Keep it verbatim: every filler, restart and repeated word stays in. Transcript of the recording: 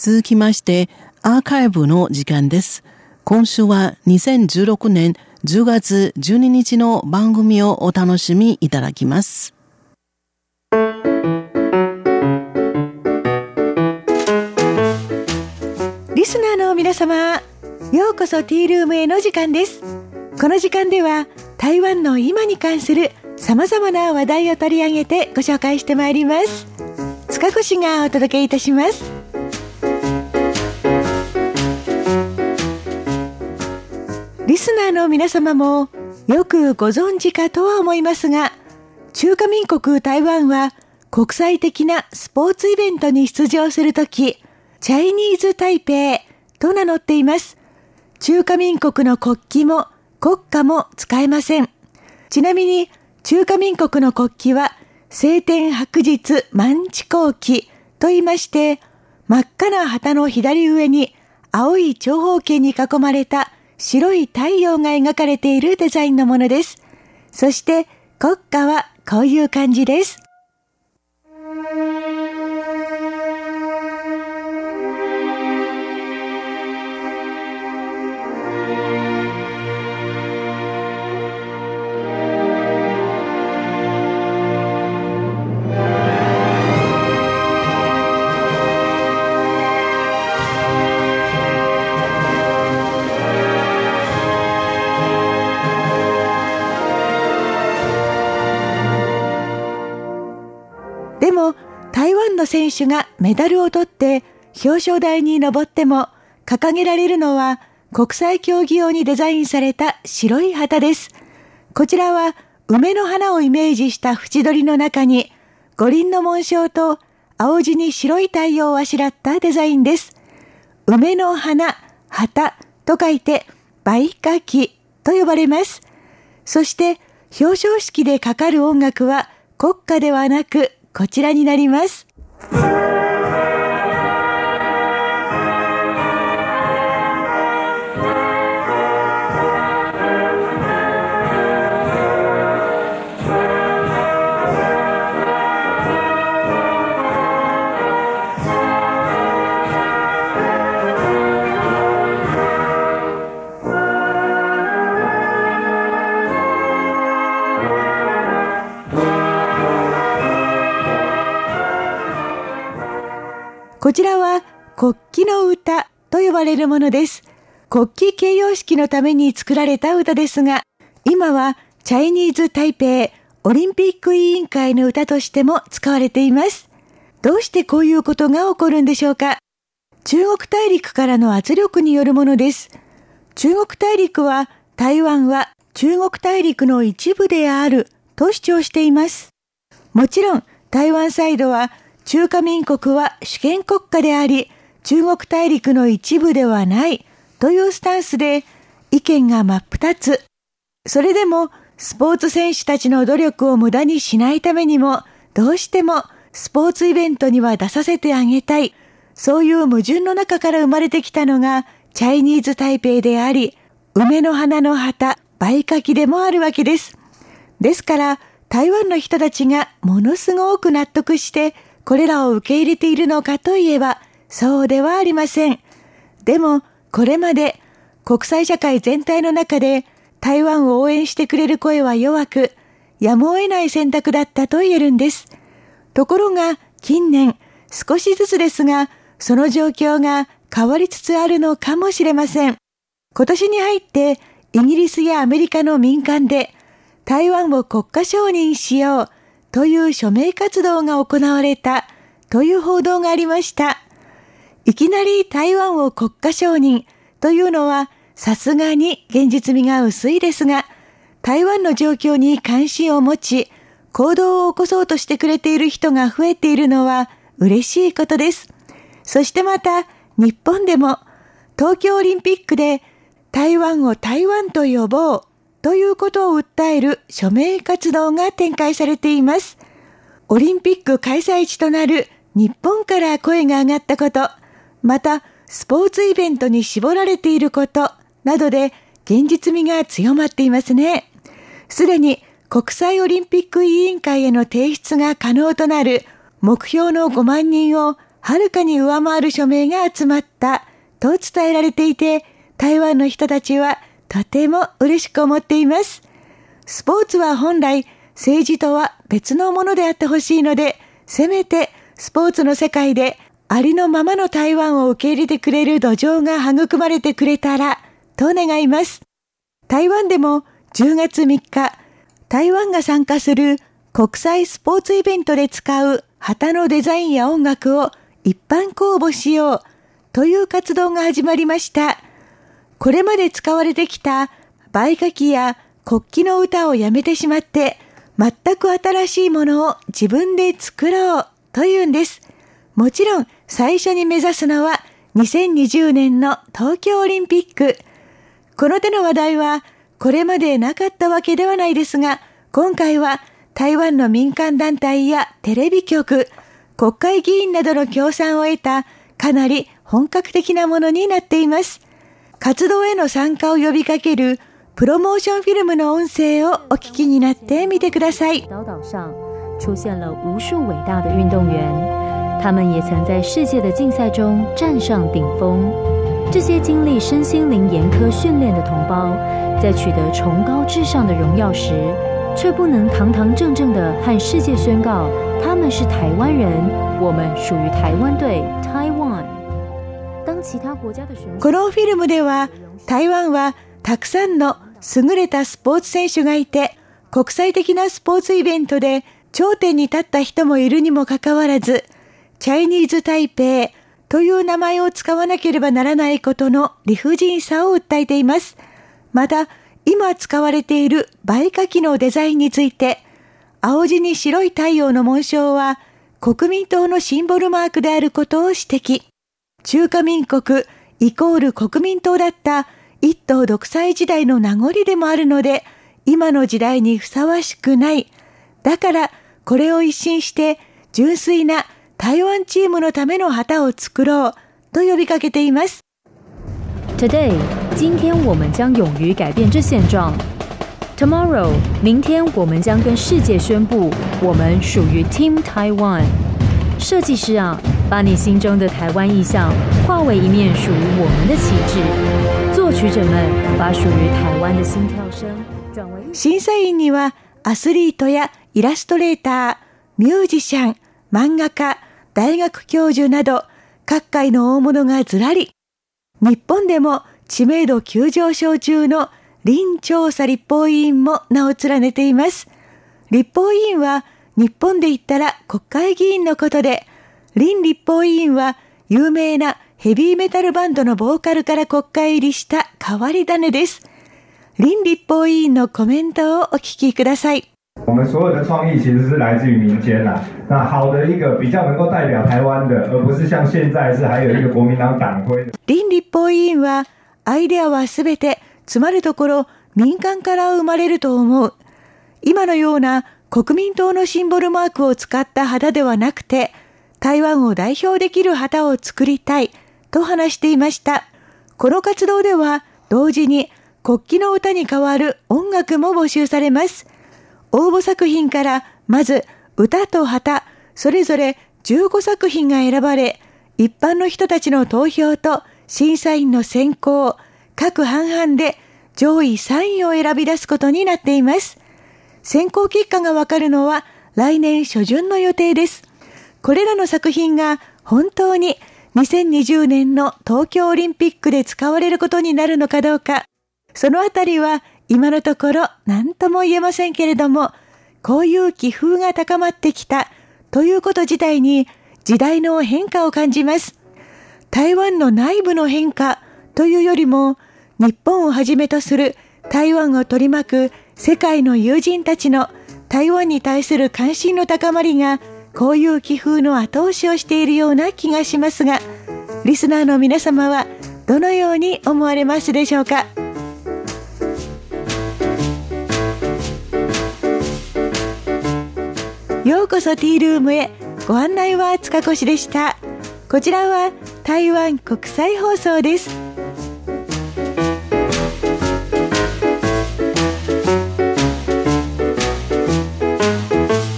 続きましてアーカイブの時間です。今週はにせんじゅうろくねんじゅうがつじゅうににちの番組をお楽しみいただきます。 リスナーの皆様、ようこそティールームへの時間です。この時間では台湾の今に関する様々な話題を取り上げてご紹介してまいります。塚越がお届けいたします。リスナーの皆様もよくご存知かとは思いますが、中華民国台湾は国際的なスポーツイベントに出場するとき、チャイニーズ台北と名乗っています。中華民国の国旗も国歌も使えません。ちなみに中華民国の国旗は青天白日満地紅旗と言いまして、真っ赤な旗の左上に青い長方形に囲まれた白い太陽が描かれているデザインのものです。そして国歌はこういう感じです。でも台湾の選手がメダルを取って表彰台に上っても掲げられるのは国際競技用にデザインされた白い旗です。こちらは梅の花をイメージした縁取りの中に五輪の紋章と青地に白い太陽をあしらったデザインです。梅の花、旗と書いて梅花旗と呼ばれます。そして表彰式でかかる音楽は国歌ではなくこちらになります。こちらは国旗の歌と呼ばれるものです。国旗掲揚式のために作られた歌ですが、今はチャイニーズ台北オリンピック委員会の歌としても使われています。どうしてこういうことが起こるんでしょうか。中国大陸からの圧力によるものです。中国大陸は台湾は中国大陸の一部であると主張しています。もちろん台湾サイドは中華民国は主権国家であり、中国大陸の一部ではないというスタンスで意見が真っ二つ。それでもスポーツ選手たちの努力を無駄にしないためにも、どうしてもスポーツイベントには出させてあげたい。そういう矛盾の中から生まれてきたのがチャイニーズ台北であり、梅の花の旗、梅花旗でもあるわけです。ですから台湾の人たちがものすごく納得してこれらを受け入れているのかといえば、そうではありません。でも、これまで国際社会全体の中で台湾を応援してくれる声は弱く、やむを得ない選択だったと言えるんです。ところが、近年、少しずつですが、その状況が変わりつつあるのかもしれません。今年に入って、イギリスやアメリカの民間で、台湾を国家承認しよう、という署名活動が行われたという報道がありました。いきなり台湾を国家承認というのはさすがに現実味が薄いですが、台湾の状況に関心を持ち行動を起こそうとしてくれている人が増えているのは嬉しいことです。そしてまた日本でも東京オリンピックで台湾を台湾と呼ぼうということを訴える署名活動が展開されています。オリンピック開催地となる日本から声が上がったこと、またスポーツイベントに絞られていることなどで現実味が強まっていますね。すでに国際オリンピック委員会への提出が可能となる目標のごまんにんをはるかに上回る署名が集まったと伝えられていて、台湾の人たちはとても嬉しく思っています。スポーツは本来政治とは別のものであってほしいので、せめてスポーツの世界でありのままの台湾を受け入れてくれる土壌が育まれてくれたらと願います。台湾でもじゅうがつみっか、台湾が参加する国際スポーツイベントで使う旗のデザインや音楽を一般公募しようという活動が始まりました。これまで使われてきた売書機や国旗の歌をやめてしまって、全く新しいものを自分で作ろうというんです。もちろん最初に目指すのはにせんにじゅうねんの東京オリンピック。この手の話題はこれまでなかったわけではないですが、今回は台湾の民間団体やテレビ局、国会議員などの協賛を得たかなり本格的なものになっています。活動への参加を呼びかけるプロモーションフィルムの音声をお聞きになってみてください。 岛岛上出现了无数伟大的运动员，他们也曾在世界的竞赛中站上顶峰。这些经历身心灵严苛训练的同胞，在取得崇高至上的荣耀时，却不能堂堂正正地和世界宣告他们是台湾人，我们属于台湾队 Taiwan。当其他国家的选手， このフィルムでは台湾はたくさんの優れたスポーツ選手がいて、国際的なスポーツイベントで頂点に立った人もいるにもかかわらず、チャイニーズ台北という名前を使わなければならないことの理不尽さを訴えています。また、今使われている売書機のデザインについて、青地に白い太陽の紋章は国民党のシンボルマークであることを指摘。中華民国イコール国民党だった一党独裁時代の名残でもあるので、今の時代にふさわしくない。だからこれを一新して純粋な台湾チームのための旗を作ろうと呼びかけています。 Today， 今天我们将勇于改变这现状。Tomorrow， 明天我们将跟世界宣布，我们属于 Team Taiwan。设计师啊，把你心中的台湾意象化为一面属于我们的旗帜。作曲者们把属于台湾的心跳声转为。 審査員にはアスリートやイラストレーター、ミュージシャン、漫画家、大学教授など各界の大物がずらり。日本でも知名度急上昇中の林調査立法委員も名を連ねています。立法委員は日本で言ったら国会議員のことで、林立法委員は有名なヘビーメタルバンドのボーカルから国会入りした変わり種です。林立法委員のコメントをお聞きください。 我们所有的创意其实是来自于民间啦。那好的一个比较能够代表台湾的，而不是像现在是还有一个国民党党徽的。 林立法委員はアイデアはすべてつまるところ民間から生まれると思う。今のような国民党のシンボルマークを使った旗ではなくて、台湾を代表できる旗を作りたいと話していました。この活動では同時に国旗の歌に代わる音楽も募集されます。応募作品からまず歌と旗それぞれじゅうごさく品が選ばれ、一般の人たちの投票と審査員の選考各半々で上位さんいを選び出すことになっています。選考結果がわかるのは来年初旬の予定です。これらの作品が本当ににせんにじゅうねんの東京オリンピックで使われることになるのかどうか、そのあたりは今のところ何とも言えませんけれども、こういう気風が高まってきたということ自体に時代の変化を感じます。台湾の内部の変化というよりも、日本をはじめとする台湾を取り巻く世界の友人たちの台湾に対する関心の高まりが、こういう気風の後押しをしているような気がしますが、リスナーの皆様はどのように思われますでしょうか。ようこそティールームへ。ご案内は塚越でした。こちらは台湾国際放送です。